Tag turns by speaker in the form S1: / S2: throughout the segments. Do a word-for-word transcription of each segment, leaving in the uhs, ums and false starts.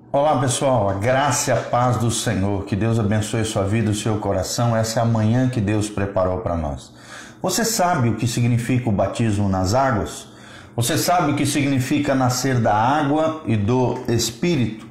S1: Olá pessoal, a graça e a paz do Senhor, que Deus abençoe sua vida e o seu coração. Essa é a manhã que Deus preparou para nós. Você sabe o que significa o batismo nas águas? Você sabe o que significa nascer da água e do Espírito?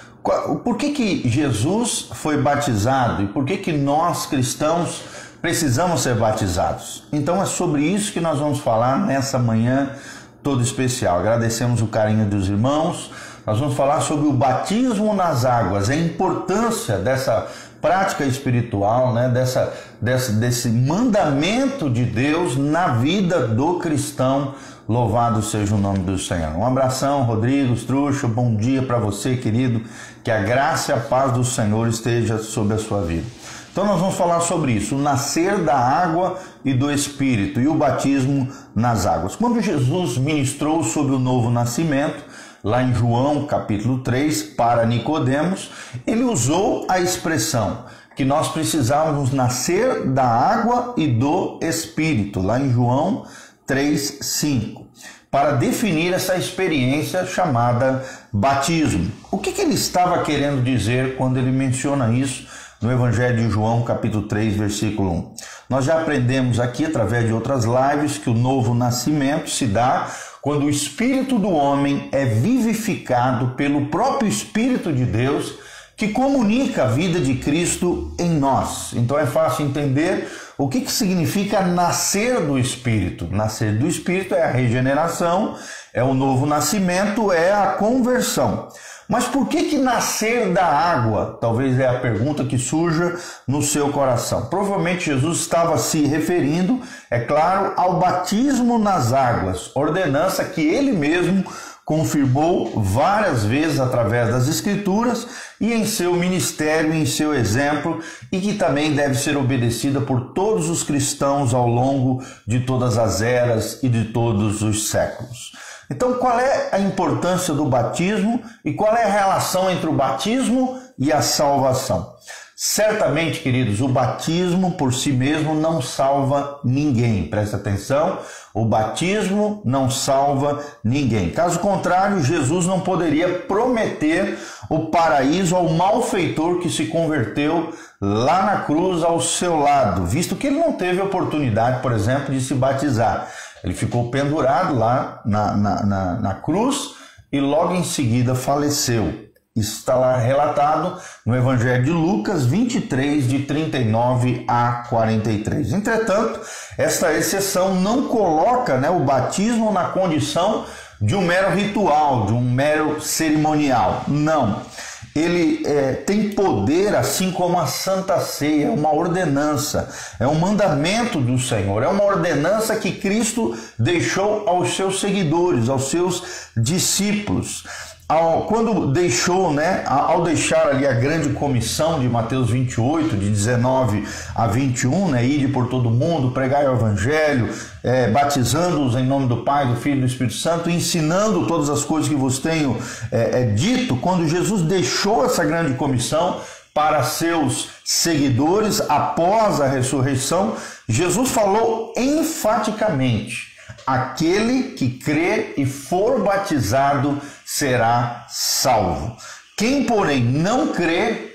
S1: Por que que Jesus foi batizado e por que que nós cristãos precisamos ser batizados? Então é sobre isso que nós vamos falar nessa manhã toda especial. Agradecemos o carinho dos irmãos. Nós vamos falar sobre o batismo nas águas, a importância dessa prática espiritual, né? dessa, dessa, desse mandamento de Deus na vida do cristão. Louvado seja o nome do Senhor. Um abração, Rodrigo, Strucho, bom dia para você, querido. Que a graça e a paz do Senhor esteja sobre a sua vida. Então nós vamos falar sobre isso, o nascer da água e do Espírito e o batismo nas águas. Quando Jesus ministrou sobre o novo nascimento, lá em João capítulo três, para Nicodemos, ele usou a expressão que nós precisávamos nascer da água e do Espírito, lá em João três, cinco, para definir essa experiência chamada batismo. O que, que ele estava querendo dizer quando ele menciona isso no Evangelho de João capítulo três, versículo um? Nós já aprendemos aqui, através de outras lives, que o novo nascimento se dá quando o espírito do homem é vivificado pelo próprio Espírito de Deus, que comunica a vida de Cristo em nós. Então é fácil entender o que, que significa nascer do Espírito. Nascer do Espírito é a regeneração, é o novo nascimento, é a conversão. Mas por que que nascer da água? Talvez é a pergunta que surja no seu coração. Provavelmente Jesus estava se referindo, é claro, ao batismo nas águas, ordenança que ele mesmo confirmou várias vezes através das Escrituras e em seu ministério, em seu exemplo, e que também deve ser obedecida por todos os cristãos ao longo de todas as eras e de todos os séculos. Então, qual é a importância do batismo e qual é a relação entre o batismo e a salvação? Certamente, queridos, o batismo por si mesmo não salva ninguém. Presta atenção, o batismo não salva ninguém. Caso contrário, Jesus não poderia prometer o paraíso ao malfeitor que se converteu lá na cruz ao seu lado, visto que ele não teve oportunidade, por exemplo, de se batizar. Ele ficou pendurado lá na, na, na, na cruz e logo em seguida faleceu. Isso está lá relatado no Evangelho de Lucas vinte e três, de trinta e nove a quarenta e três. Entretanto, esta exceção não coloca, né, o batismo na condição de um mero ritual, de um mero cerimonial. Não. Ele é, tem poder, assim como a Santa Ceia, é uma ordenança, é um mandamento do Senhor, é uma ordenança que Cristo deixou aos seus seguidores, aos seus discípulos. Ao, quando deixou, né, ao deixar ali a grande comissão de Mateus vinte e oito, de dezenove a vinte e um, né, ide por todo mundo, pregai o Evangelho, é, batizando-os em nome do Pai, do Filho e do Espírito Santo, ensinando todas as coisas que vos tenho é, é, dito. Quando Jesus deixou essa grande comissão para seus seguidores após a ressurreição, Jesus falou enfaticamente: aquele que crê e for batizado será salvo. Quem, porém, não crê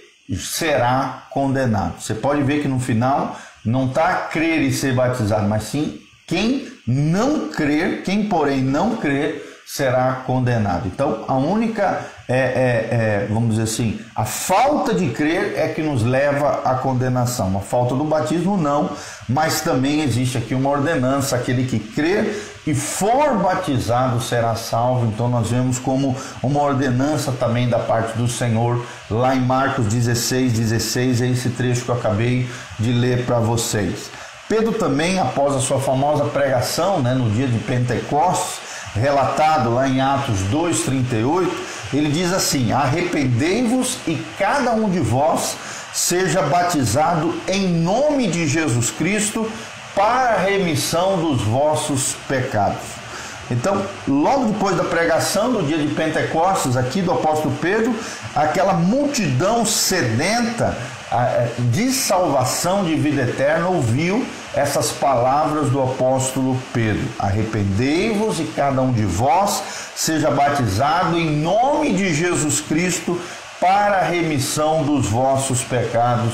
S1: será condenado. Você pode ver que no final não está crer e ser batizado, mas sim quem não crer, quem, porém, não crer será condenado. Então, a única, é, é, é, vamos dizer assim, a falta de crer é que nos leva à condenação. A falta do batismo não, mas também existe aqui uma ordenança: aquele que crer e for batizado será salvo. Então nós vemos como uma ordenança também da parte do Senhor, lá em Marcos dezesseis, dezesseis, é esse trecho que eu acabei de ler para vocês. Pedro também, após a sua famosa pregação, né, no dia de Pentecostes, relatado lá em Atos dois, trinta e oito, ele diz assim: arrependei-vos e cada um de vós seja batizado em nome de Jesus Cristo para a remissão dos vossos pecados. Então, logo depois da pregação do dia de Pentecostes, aqui do apóstolo Pedro, aquela multidão sedenta de salvação, de vida eterna, ouviu essas palavras do apóstolo Pedro: arrependei-vos e cada um de vós seja batizado em nome de Jesus Cristo para a remissão dos vossos pecados.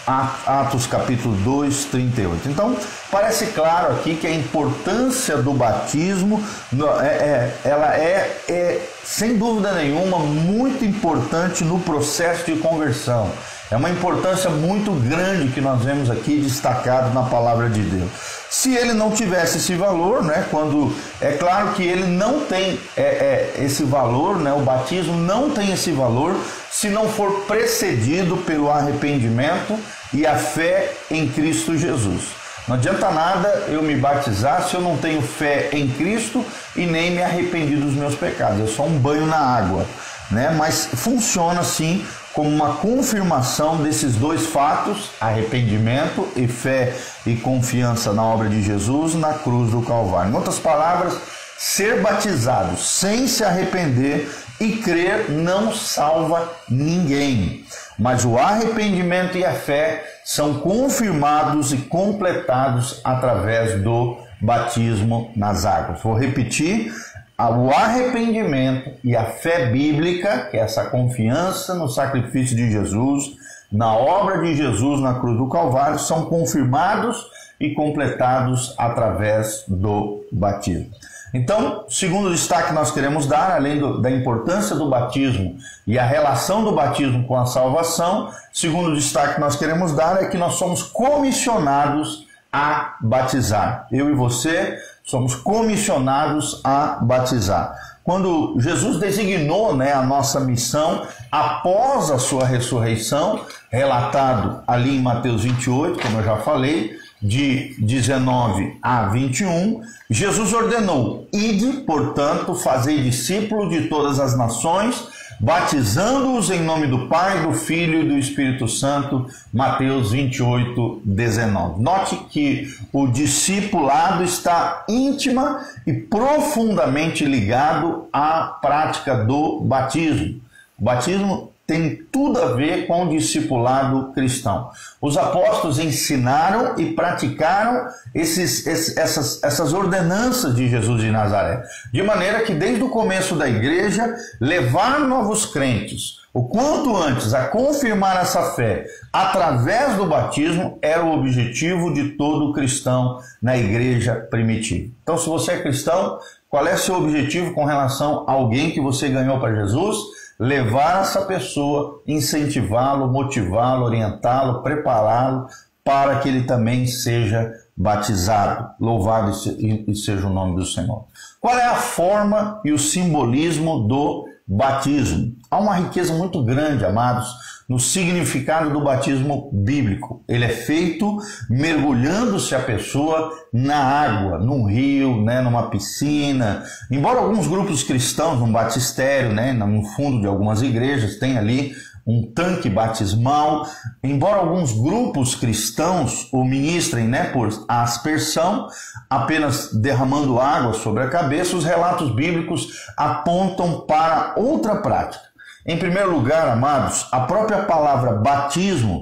S1: Atos capítulo dois, trinta e oito. Então, parece claro aqui que a importância do batismo, é, é, ela é, é, sem dúvida nenhuma, muito importante no processo de conversão. É uma importância muito grande que nós vemos aqui destacado na palavra de Deus. Se ele não tivesse esse valor, né, quando é claro que ele não tem é, é, esse valor, né, o batismo não tem esse valor se não for precedido pelo arrependimento e a fé em Cristo Jesus. Não adianta nada eu me batizar se eu não tenho fé em Cristo e nem me arrependi dos meus pecados. É só um banho na água, né? Mas funciona assim como uma confirmação desses dois fatos, arrependimento e fé e confiança na obra de Jesus na cruz do Calvário. Em outras palavras, ser batizado sem se arrepender e crer não salva ninguém, mas o arrependimento e a fé são confirmados e completados através do batismo nas águas. Vou repetir: o arrependimento e a fé bíblica, que é essa confiança no sacrifício de Jesus, na obra de Jesus na cruz do Calvário, são confirmados e completados através do batismo. Então, segundo destaque que nós queremos dar, além do, da importância do batismo e a relação do batismo com a salvação, segundo destaque que nós queremos dar é que nós somos comissionados a batizar. Eu e você somos comissionados a batizar. Quando Jesus designou, né, a nossa missão após a sua ressurreição, relatado ali em Mateus vinte e oito, como eu já falei, de dezenove a vinte e um, Jesus ordenou: ide, portanto, fazei discípulos de todas as nações, batizando-os em nome do Pai, do Filho e do Espírito Santo. Mateus vinte e oito, dezenove. Note que o discipulado está íntima e profundamente ligado à prática do batismo. O batismo tem tudo a ver com o discipulado cristão. Os apóstolos ensinaram e praticaram esses, esses, essas, essas ordenanças de Jesus de Nazaré, de maneira que desde o começo da igreja, levar novos crentes o quanto antes a confirmar essa fé através do batismo era o objetivo de todo cristão na igreja primitiva. Então, se você é cristão, qual é seu objetivo com relação a alguém que você ganhou para Jesus? Levar essa pessoa, incentivá-lo, motivá-lo, orientá-lo, prepará-lo para que ele também seja batizado. Louvado e seja o nome do Senhor. Qual é a forma e o simbolismo do batismo? Há uma riqueza muito grande, amados, no significado do batismo bíblico. Ele é feito mergulhando-se a pessoa na água, num rio, né, numa piscina. Embora alguns grupos cristãos, num batistério, né, no fundo de algumas igrejas, tenha ali um tanque batismal, embora alguns grupos cristãos o ministrem, né, por aspersão, apenas derramando água sobre a cabeça, os relatos bíblicos apontam para outra prática. Em primeiro lugar, amados, a própria palavra batismo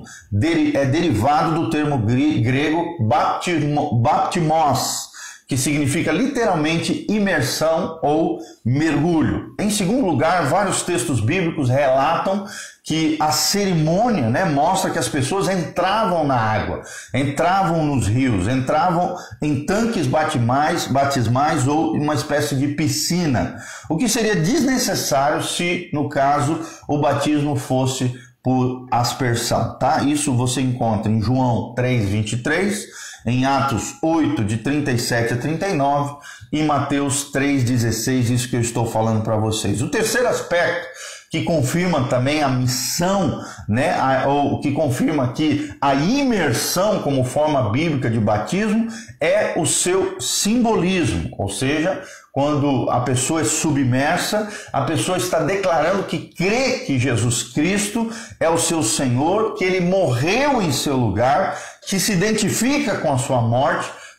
S1: é derivado do termo grego baptimos, que significa literalmente imersão ou mergulho. Em segundo lugar, vários textos bíblicos relatam que a cerimônia, né, mostra que as pessoas entravam na água, entravam nos rios, entravam em tanques batismais, batismais ou em uma espécie de piscina, o que seria desnecessário se, no caso, o batismo fosse por aspersão, tá? Isso você encontra em João três, vinte e três, em Atos oito, de trinta e sete a trinta e nove, e em Mateus três, dezesseis, isso que eu estou falando para vocês. O terceiro aspecto que confirma também a missão, né, a, ou que confirma que a imersão como forma bíblica de batismo é o seu simbolismo, ou seja, quando a pessoa é submersa, a pessoa está declarando que crê que Jesus Cristo é o seu Senhor, que ele morreu em seu lugar, que se identifica com a sua morte,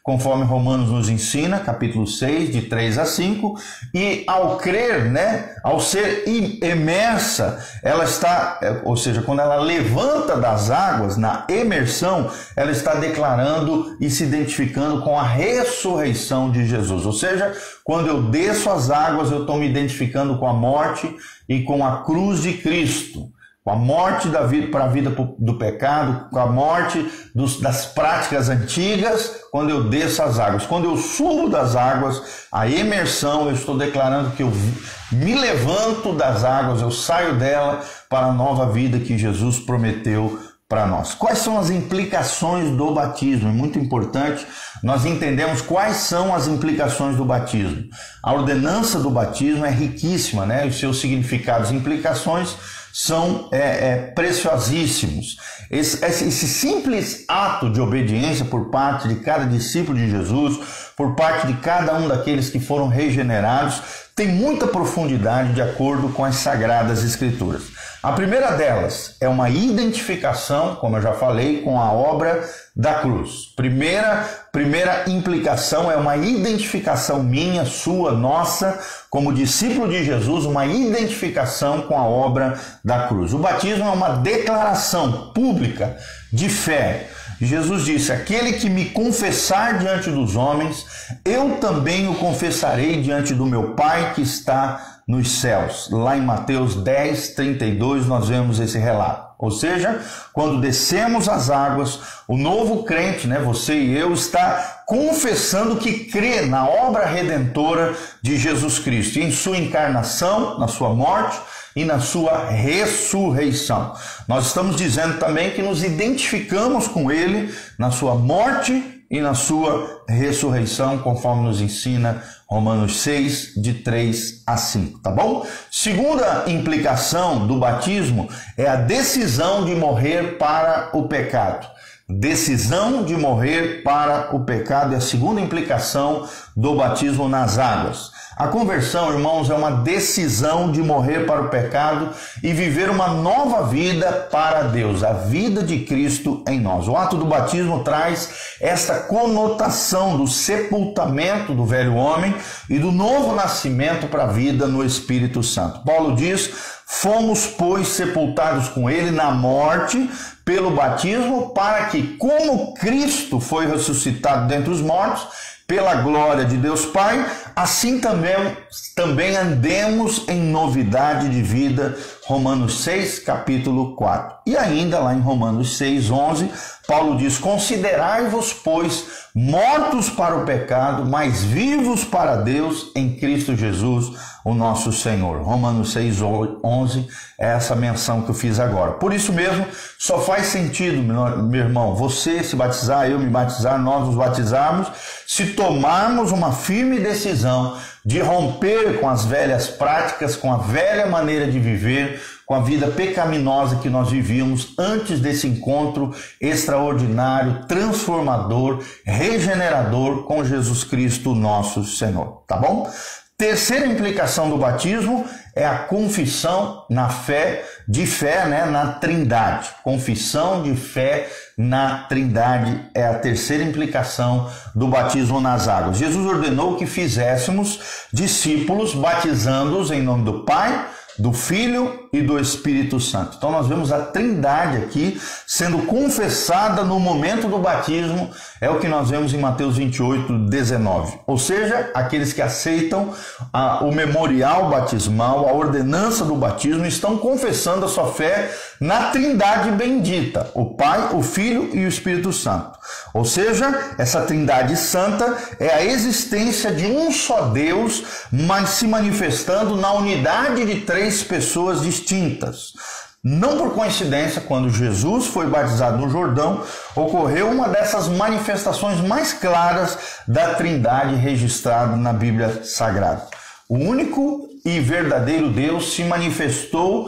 S1: conforme Romanos nos ensina, capítulo seis, de três a cinco, e ao crer, né, ao ser imersa, ela está, ou seja, quando ela levanta das águas, na imersão, ela está declarando e se identificando com a ressurreição de Jesus. Ou seja, quando eu desço as águas, eu estou me identificando com a morte e com a cruz de Cristo. Com a morte da vida para a vida do pecado, com a morte dos, das práticas antigas, quando eu desço as águas. Quando eu subo das águas, a imersão, eu estou declarando que eu me levanto das águas, eu saio dela para a nova vida que Jesus prometeu para nós. Quais são as implicações do batismo? É muito importante nós entendemos quais são as implicações do batismo. A ordenança do batismo é riquíssima, né? Os seus significados e implicações são é, é, preciosíssimos. Esse, esse, esse simples ato de obediência por parte de cada discípulo de Jesus, por parte de cada um daqueles que foram regenerados, tem muita profundidade de acordo com as Sagradas Escrituras. A primeira delas é uma identificação, como eu já falei, com a obra da cruz. Primeira, primeira implicação é uma identificação minha, sua, nossa, como discípulo de Jesus, uma identificação com a obra da cruz. O batismo é uma declaração pública de fé. Jesus disse: aquele que me confessar diante dos homens, eu também o confessarei diante do meu Pai que está nos céus. Lá em Mateus dez, trinta e dois, nós vemos esse relato. Ou seja, quando descemos as águas, o novo crente, né, você e eu, está confessando que crê na obra redentora de Jesus Cristo, em sua encarnação, na sua morte e na sua ressurreição. Nós estamos dizendo também que nos identificamos com ele na sua morte e na sua ressurreição, conforme nos ensina Romanos seis, de três a cinco, tá bom? Segunda implicação do batismo é a decisão de morrer para o pecado. Decisão de morrer para o pecado é a segunda implicação do batismo nas águas. A conversão, irmãos, é uma decisão de morrer para o pecado e viver uma nova vida para Deus, a vida de Cristo em nós. O ato do batismo traz esta conotação do sepultamento do velho homem e do novo nascimento para a vida no Espírito Santo. Paulo diz: fomos, pois, sepultados com ele na morte pelo batismo, para que, como Cristo foi ressuscitado dentre os mortos, pela glória de Deus Pai, assim também, também andemos em novidade de vida. Romanos seis, capítulo quatro. E ainda lá em Romanos seis, onze, Paulo diz: considerai-vos, pois, mortos para o pecado, mas vivos para Deus em Cristo Jesus, o nosso Senhor. Romanos seis, onze é essa menção que eu fiz agora. Por isso mesmo, só faz sentido, meu irmão, você se batizar, eu me batizar, nós nos batizarmos, se tomarmos uma firme decisão de romper com as velhas práticas, com a velha maneira de viver, com a vida pecaminosa que nós vivíamos antes desse encontro extraordinário, transformador, regenerador com Jesus Cristo, nosso Senhor. Tá bom? Terceira implicação do batismo é a confissão na fé, de fé, né, na Trindade. Confissão de fé na Trindade é a terceira implicação do batismo nas águas. Jesus ordenou que fizéssemos discípulos, batizando-os em nome do Pai, do Filho e do Espírito Santo. Então nós vemos a Trindade aqui sendo confessada no momento do batismo, é o que nós vemos em Mateus vinte e oito, dezenove. Ou seja, aqueles que aceitam a, o memorial batismal, a ordenança do batismo, estão confessando a sua fé na Trindade bendita, o Pai, o Filho e o Espírito Santo. Ou seja, essa Trindade Santa é a existência de um só Deus, mas se manifestando na unidade de três pessoas distintas. Não por coincidência, quando Jesus foi batizado no Jordão, ocorreu uma dessas manifestações mais claras da Trindade registrada na Bíblia Sagrada. O único e verdadeiro Deus se manifestou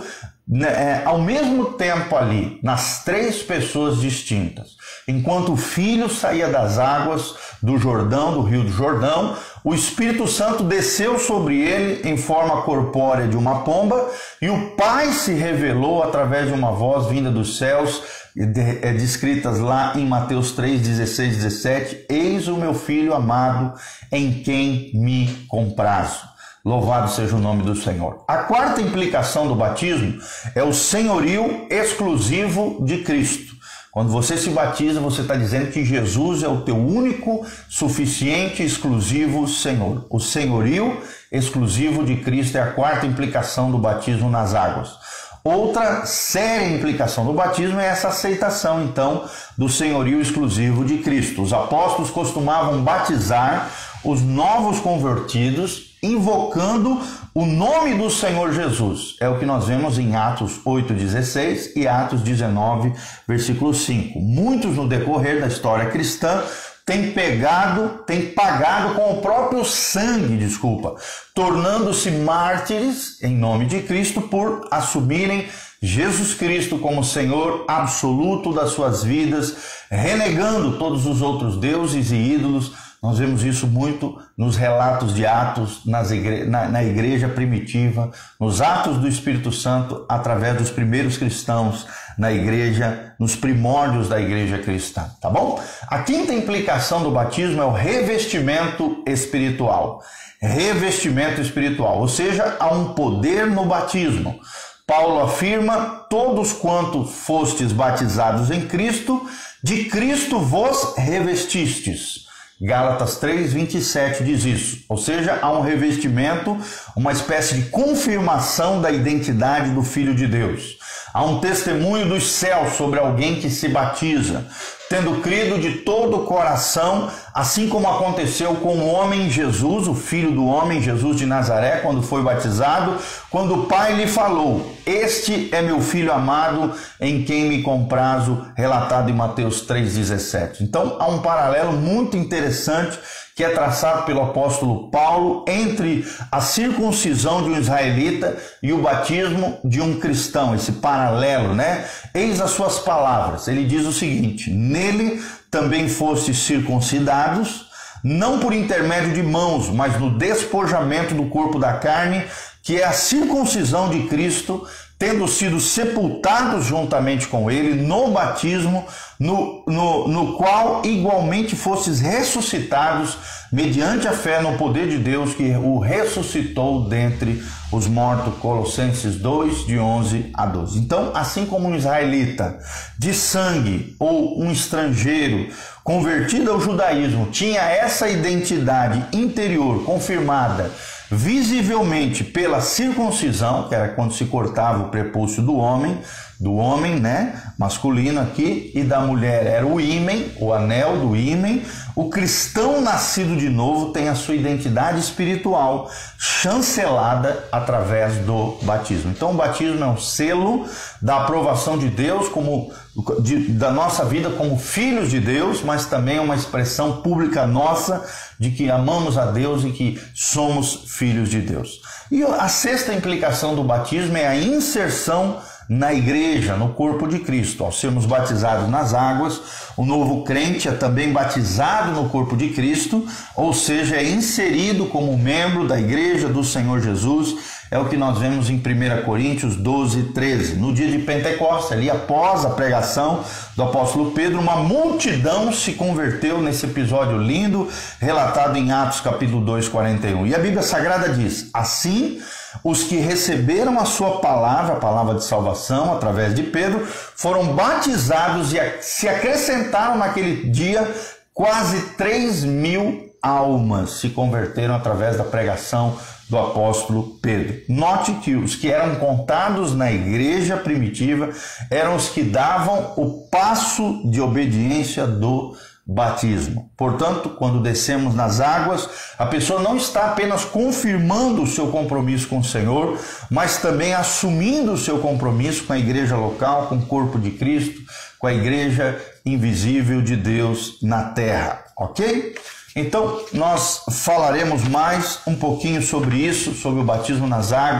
S1: É, ao mesmo tempo ali, nas três pessoas distintas. Enquanto o Filho saía das águas do Jordão, do Rio do Jordão, o Espírito Santo desceu sobre ele em forma corpórea de uma pomba, e o Pai se revelou através de uma voz vinda dos céus, é, descritas lá em Mateus três, dezesseis, dezessete, eis o meu Filho amado, em quem me comprazo. Louvado seja o nome do Senhor. A quarta implicação do batismo é o senhorio exclusivo de Cristo. Quando você se batiza, você está dizendo que Jesus é o teu único, suficiente, exclusivo Senhor. O senhorio exclusivo de Cristo é a quarta implicação do batismo nas águas. Outra séria implicação do batismo é essa aceitação, então, do senhorio exclusivo de Cristo. Os apóstolos costumavam batizar os novos convertidos invocando o nome do Senhor Jesus. É o que nós vemos em Atos oito, dezesseis e Atos dezenove, versículo cinco. Muitos no decorrer da história cristã têm pegado, têm pagado com o próprio sangue, desculpa, tornando-se mártires em nome de Cristo por assumirem Jesus Cristo como Senhor absoluto das suas vidas, renegando todos os outros deuses e ídolos. Nós vemos isso muito nos relatos de Atos, nas igre... na, na igreja primitiva, nos atos do Espírito Santo, através dos primeiros cristãos na igreja, nos primórdios da igreja cristã, tá bom? A quinta implicação do batismo é o revestimento espiritual. Revestimento espiritual, ou seja, há um poder no batismo. Paulo afirma, todos quanto fostes batizados em Cristo, de Cristo vos revestistes. Gálatas três, vinte e sete diz isso, ou seja, há um revestimento, uma espécie de confirmação da identidade do Filho de Deus. Há um testemunho dos céus sobre alguém que se batiza, tendo crido de todo o coração, assim como aconteceu com o homem Jesus, o Filho do homem, Jesus de Nazaré, quando foi batizado, quando o Pai lhe falou, este é meu Filho amado, em quem me comprazo, relatado em Mateus três, dezessete. Então, há um paralelo muito interessante que é traçado pelo apóstolo Paulo entre a circuncisão de um israelita e o batismo de um cristão, esse paralelo, né? Eis as suas palavras, ele diz o seguinte, nele também fostes circuncidados, não por intermédio de mãos, mas no despojamento do corpo da carne, que é a circuncisão de Cristo, tendo sido sepultados juntamente com ele no batismo, no, no, no qual igualmente fostes ressuscitados mediante a fé no poder de Deus que o ressuscitou dentre os mortos. Colossenses dois, de onze a doze. Então, assim como um israelita de sangue ou um estrangeiro convertido ao judaísmo tinha essa identidade interior confirmada visivelmente pela circuncisão, que era quando se cortava o prepúcio do homem, do homem, né, masculino aqui, e da mulher era o ímen, o anel do ímen. O cristão nascido de novo tem a sua identidade espiritual chancelada através do batismo. Então o batismo é um selo da aprovação de Deus, como de, da nossa vida como filhos de Deus, mas também é uma expressão pública nossa de que amamos a Deus e que somos filhos de Deus. E a sexta implicação do batismo é a inserção na igreja, no corpo de Cristo. Ao sermos batizados nas águas, o novo crente é também batizado no corpo de Cristo, ou seja, é inserido como membro da igreja do Senhor Jesus. É o que nós vemos em primeira Coríntios doze, treze. No dia de Pentecostes, ali após a pregação do apóstolo Pedro, uma multidão se converteu nesse episódio lindo, relatado em Atos capítulo dois, quarenta e um. E a Bíblia Sagrada diz, assim, os que receberam a sua palavra, a palavra de salvação, através de Pedro, foram batizados e se acrescentaram naquele dia quase três mil almas se converteram através da pregação do apóstolo Pedro. Note que os que eram contados na igreja primitiva eram os que davam o passo de obediência do batismo. Portanto, quando descemos nas águas, a pessoa não está apenas confirmando o seu compromisso com o Senhor, mas também assumindo o seu compromisso com a igreja local, com o corpo de Cristo, com a igreja invisível de Deus na terra, ok? Então, nós falaremos mais um pouquinho sobre isso, sobre o batismo nas águas,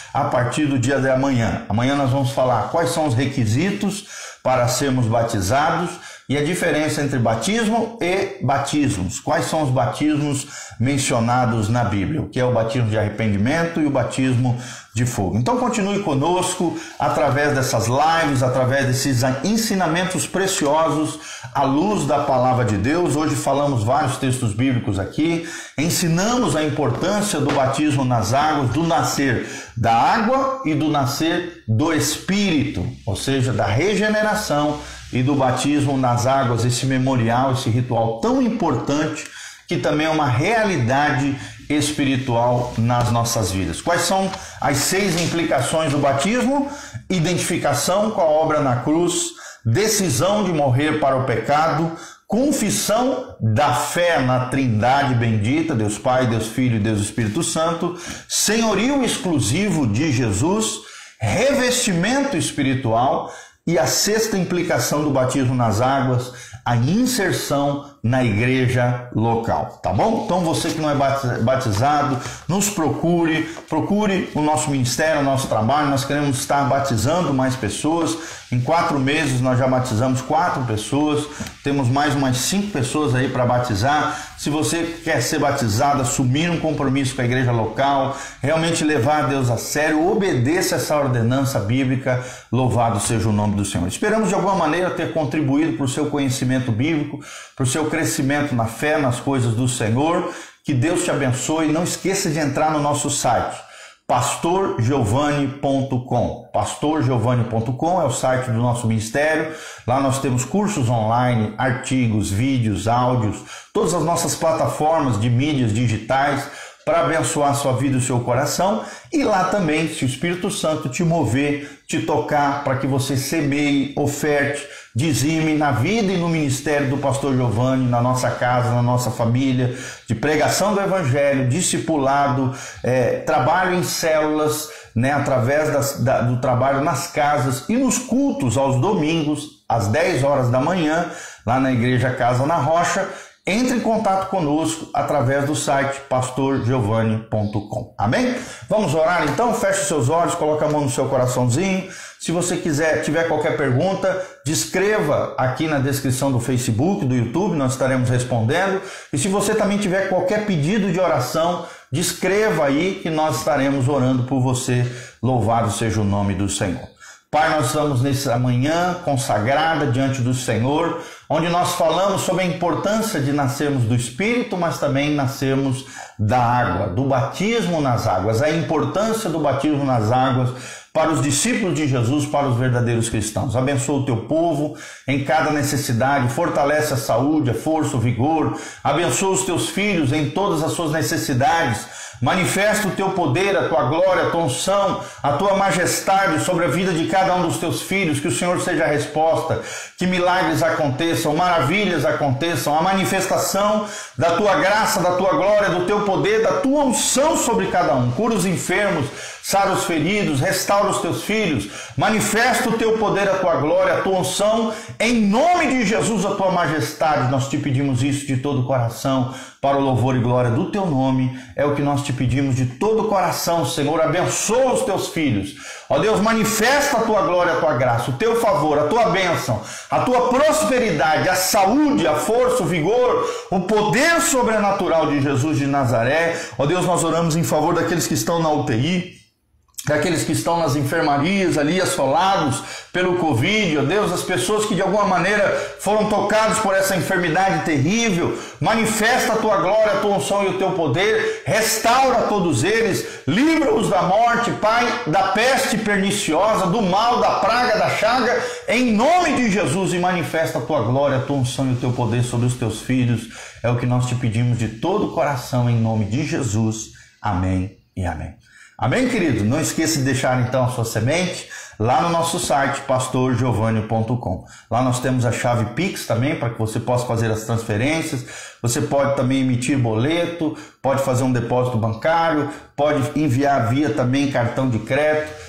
S1: a partir do dia de amanhã. Amanhã nós vamos falar quais são os requisitos para sermos batizados e a diferença entre batismo e batismos. Quais são os batismos mencionados na Bíblia? O que é o batismo de arrependimento e o batismo de fogo. Então continue conosco através dessas lives, através desses ensinamentos preciosos à luz da palavra de Deus. Hoje falamos vários textos bíblicos aqui, ensinamos a importância do batismo nas águas, do nascer da água e do nascer do Espírito, ou seja, da regeneração e do batismo nas águas, esse memorial, esse ritual tão importante que também é uma realidade espiritual nas nossas vidas. Quais são as seis implicações do batismo? Identificação com a obra na cruz, decisão de morrer para o pecado, confissão da fé na Trindade bendita, Deus Pai, Deus Filho e Deus Espírito Santo, senhorio exclusivo de Jesus, revestimento espiritual e a sexta implicação do batismo nas águas, a inserção na igreja local, tá bom? Então você que não é batizado, nos procure, procure o nosso ministério, o nosso trabalho. Nós queremos estar batizando mais pessoas. Em quatro meses nós já batizamos quatro pessoas, temos mais umas cinco pessoas aí para batizar. Se você quer ser batizado, assumir um compromisso com a igreja local, realmente levar a Deus a sério, obedeça essa ordenança bíblica, louvado seja o nome do Senhor. Esperamos de alguma maneira ter contribuído para o seu conhecimento bíblico, para o seu crescimento na fé, nas coisas do Senhor. Que Deus te abençoe. Não esqueça de entrar no nosso site, pastor giovanni ponto com. pastor giovanni ponto com é o site do nosso ministério. Lá nós temos cursos online, artigos, vídeos, áudios, todas as nossas plataformas de mídias digitais para abençoar a sua vida e o seu coração. E lá também, se o Espírito Santo te mover, te tocar, para que você semeie, oferte, dizime na vida e no ministério do pastor Giovanni, na nossa casa, na nossa família, de pregação do evangelho, discipulado, é, trabalho em células, né, através das, da, do trabalho nas casas e nos cultos aos domingos, às dez horas da manhã, lá na Igreja Casa na Rocha. Entre em contato conosco através do site pastor giovanni ponto com. Amém? Vamos orar então? Feche os seus olhos, coloque a mão no seu coraçãozinho. Se você quiser, tiver qualquer pergunta, descreva aqui na descrição do Facebook, do YouTube, nós estaremos respondendo. E se você também tiver qualquer pedido de oração, descreva aí que nós estaremos orando por você. Louvado seja o nome do Senhor. Pai, nós estamos nessa manhã consagrada diante do Senhor, onde nós falamos sobre a importância de nascermos do Espírito, mas também nascermos da água, do batismo nas águas, a importância do batismo nas águas para os discípulos de Jesus, para os verdadeiros cristãos. Abençoa o teu povo em cada necessidade, fortalece a saúde, a força, o vigor, abençoa os teus filhos em todas as suas necessidades. Manifesta o teu poder, a tua glória, a tua unção, a tua majestade sobre a vida de cada um dos teus filhos, que o Senhor seja a resposta, que milagres aconteçam, maravilhas aconteçam, a manifestação da tua graça, da tua glória, do teu poder, da tua unção sobre cada um. Cura os enfermos, sara os feridos, restaura os teus filhos, manifesta o teu poder, a tua glória, a tua unção, em nome de Jesus, a tua majestade. Nós te pedimos isso de todo o coração, para o louvor e glória do teu nome, é o que nós te pedimos de todo o coração, Senhor. Abençoa os teus filhos, ó Deus, manifesta a tua glória, a tua graça, o teu favor, a tua bênção, a tua prosperidade, a saúde, a força, o vigor, o poder sobrenatural de Jesus de Nazaré. Ó Deus, nós oramos em favor daqueles que estão na U T I, daqueles que estão nas enfermarias ali assolados pelo Covid, ó Deus, as pessoas que de alguma maneira foram tocadas por essa enfermidade terrível. Manifesta a tua glória, a tua unção e o teu poder, restaura todos eles, livra-os da morte, Pai, da peste perniciosa, do mal, da praga, da chaga, em nome de Jesus, e manifesta a tua glória, a tua unção e o teu poder sobre os teus filhos. É o que nós te pedimos de todo o coração, em nome de Jesus. Amém e amém. Amém, querido? Não esqueça de deixar então a sua semente lá no nosso site, pastor giovanni ponto com. Lá nós temos a chave Pix também, para que você possa fazer as transferências. Você pode também emitir boleto, pode fazer um depósito bancário, pode enviar via também cartão de crédito.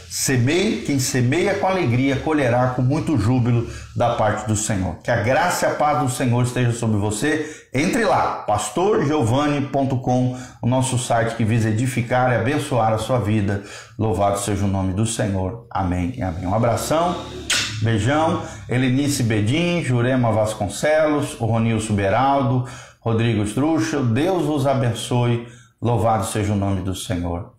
S1: Semeie, quem semeia com alegria, colherá com muito júbilo da parte do Senhor. Que a graça e a paz do Senhor esteja sobre você. Entre lá, pastor giovanni ponto com, o nosso site que visa edificar e abençoar a sua vida. Louvado seja o nome do Senhor. Amém e amém. Um abração, beijão. Helenice Bedin, Jurema Vasconcelos, o Ronilson Beraldo, Rodrigo Struchel. Deus vos abençoe. Louvado seja o nome do Senhor.